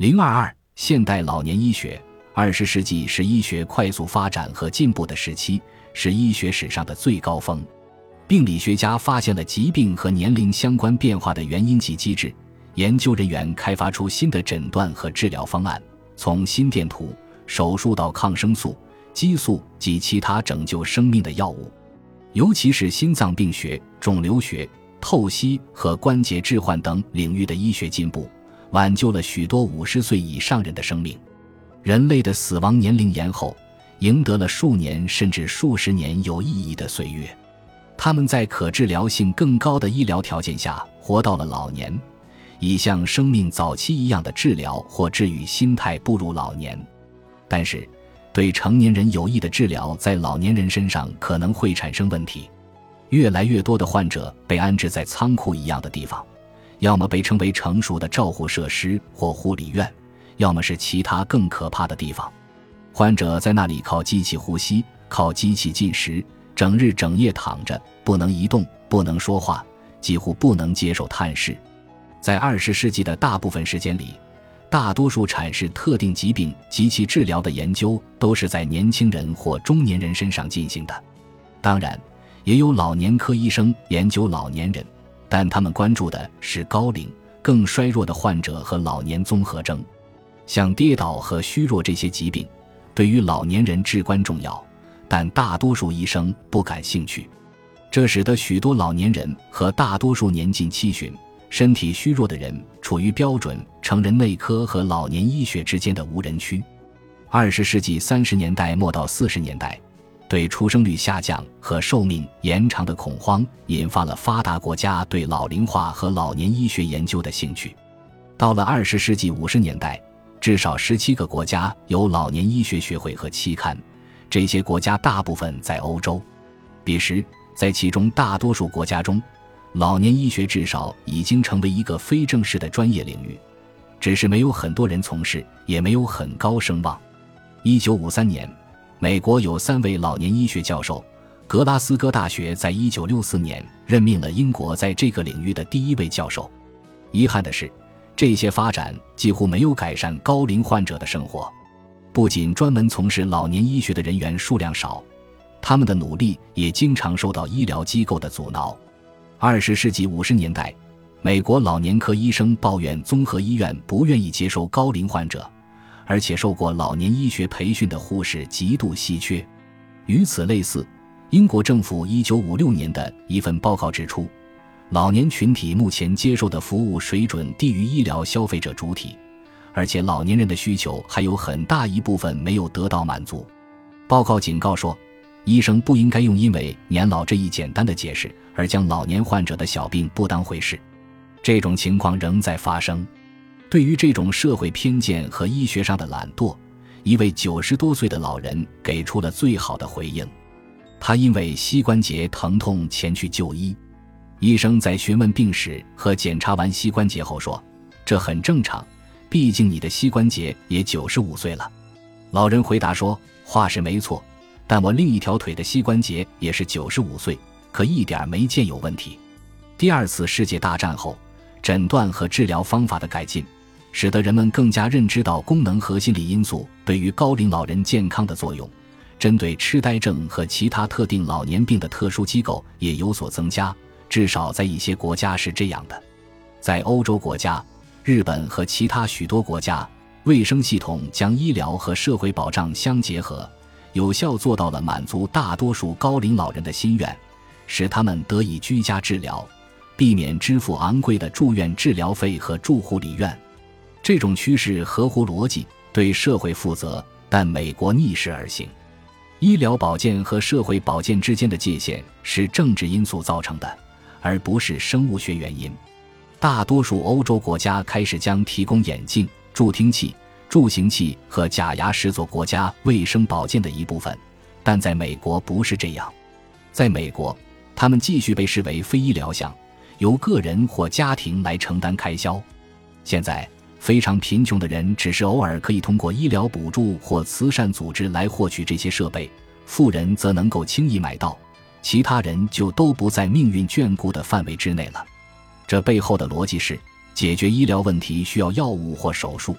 022现代老年医学。20世纪是医学快速发展和进步的时期，是医学史上的最高峰。病理学家发现了疾病和年龄相关变化的原因及机制，研究人员开发出新的诊断和治疗方案，从心电图、手术到抗生素、激素及其他拯救生命的药物。尤其是心脏病学、肿瘤学、透析和关节置换等领域的医学进步，挽救了许多50岁以上人的生命。人类的死亡年龄延后，赢得了数年甚至数十年有意义的岁月。他们在可治疗性更高的医疗条件下活到了老年，以像生命早期一样的治疗或治愈心态步入老年。但是，对成年人有益的治疗在老年人身上可能会产生问题。越来越多的患者被安置在仓库一样的地方，要么被称为成熟的照护设施或护理院，要么是其他更可怕的地方。患者在那里靠机器呼吸，靠机器进食，整日整夜躺着，不能移动，不能说话，几乎不能接受探视。在20世纪的大部分时间里，大多数阐释特定疾病及其治疗的研究都是在年轻人或中年人身上进行的。当然，也有老年科医生研究老年人，但他们关注的是高龄、更衰弱的患者和老年综合征。像跌倒和虚弱这些疾病，对于老年人至关重要，但大多数医生不感兴趣。这使得许多老年人和大多数年近70、身体虚弱的人处于标准成人内科和老年医学之间的无人区。20世纪30年代末到40年代，对出生率下降和寿命延长的恐慌引发了发达国家对老龄化和老年医学研究的兴趣。到了20世纪50年代，至少17个国家有老年医学学会和期刊，这些国家大部分在欧洲。彼时，在其中大多数国家中，老年医学至少已经成为一个非正式的专业领域，只是没有很多人从事，也没有很高声望。1953年，美国有3位老年医学教授，格拉斯哥大学在1964年任命了英国在这个领域的第1位教授。遗憾的是，这些发展几乎没有改善高龄患者的生活。不仅专门从事老年医学的人员数量少，他们的努力也经常受到医疗机构的阻挠。20世纪50年代，美国老年科医生抱怨综合医院不愿意接受高龄患者，而且受过老年医学培训的护士极度稀缺。与此类似，英国政府1956年的一份报告指出，老年群体目前接受的服务水准低于医疗消费者主体，而且老年人的需求还有很大一部分没有得到满足。报告警告说，医生不应该用因为年老这一简单的解释而将老年患者的小病不当回事。这种情况仍在发生。对于这种社会偏见和医学上的懒惰，一位90多岁的老人给出了最好的回应。他因为膝关节疼痛前去就医，医生在询问病史和检查完膝关节后说，这很正常，毕竟你的膝关节也95岁了。老人回答说，话是没错，但我另一条腿的膝关节也是95岁，可一点没见有问题。第2次世界大战后，诊断和治疗方法的改进，使得人们更加认知到功能和心理因素对于高龄老人健康的作用。针对痴呆症和其他特定老年病的特殊机构也有所增加，至少在一些国家是这样的。在欧洲国家、日本和其他许多国家，卫生系统将医疗和社会保障相结合，有效做到了满足大多数高龄老人的心愿，使他们得以居家治疗，避免支付昂贵的住院治疗费和住护理院。这种趋势合乎逻辑，对社会负责，但美国逆势而行。医疗保健和社会保健之间的界限是政治因素造成的，而不是生物学原因。大多数欧洲国家开始将提供眼镜、助听器、助行器和假牙视作国家卫生保健的一部分，但在美国不是这样。在美国，它们继续被视为非医疗项，由个人或家庭来承担开销。现在非常贫穷的人只是偶尔可以通过医疗补助或慈善组织来获取这些设备，富人则能够轻易买到，其他人就都不在命运眷顾的范围之内了。这背后的逻辑是，解决医疗问题需要药物或手术，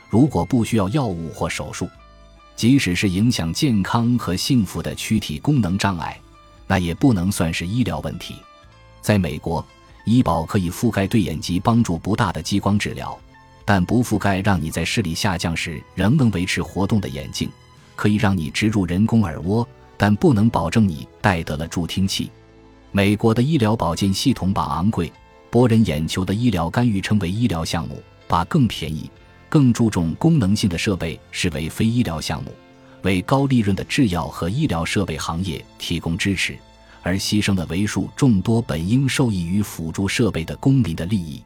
如果不需要药物或手术，即使是影响健康和幸福的躯体功能障碍，那也不能算是医疗问题。在美国，医保可以覆盖对眼疾帮助不大的激光治疗，但不覆盖让你在视力下降时仍能维持活动的眼镜，可以让你植入人工耳蜗，但不能保证你戴得了助听器。美国的医疗保健系统把昂贵、博人眼球的医疗干预称为医疗项目，把更便宜、更注重功能性的设备视为非医疗项目，为高利润的制药和医疗设备行业提供支持，而牺牲了为数众多本应受益于辅助设备的公民的利益。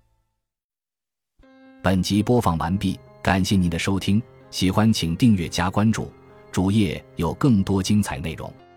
本集播放完毕，感谢您的收听，喜欢请订阅加关注，主页有更多精彩内容。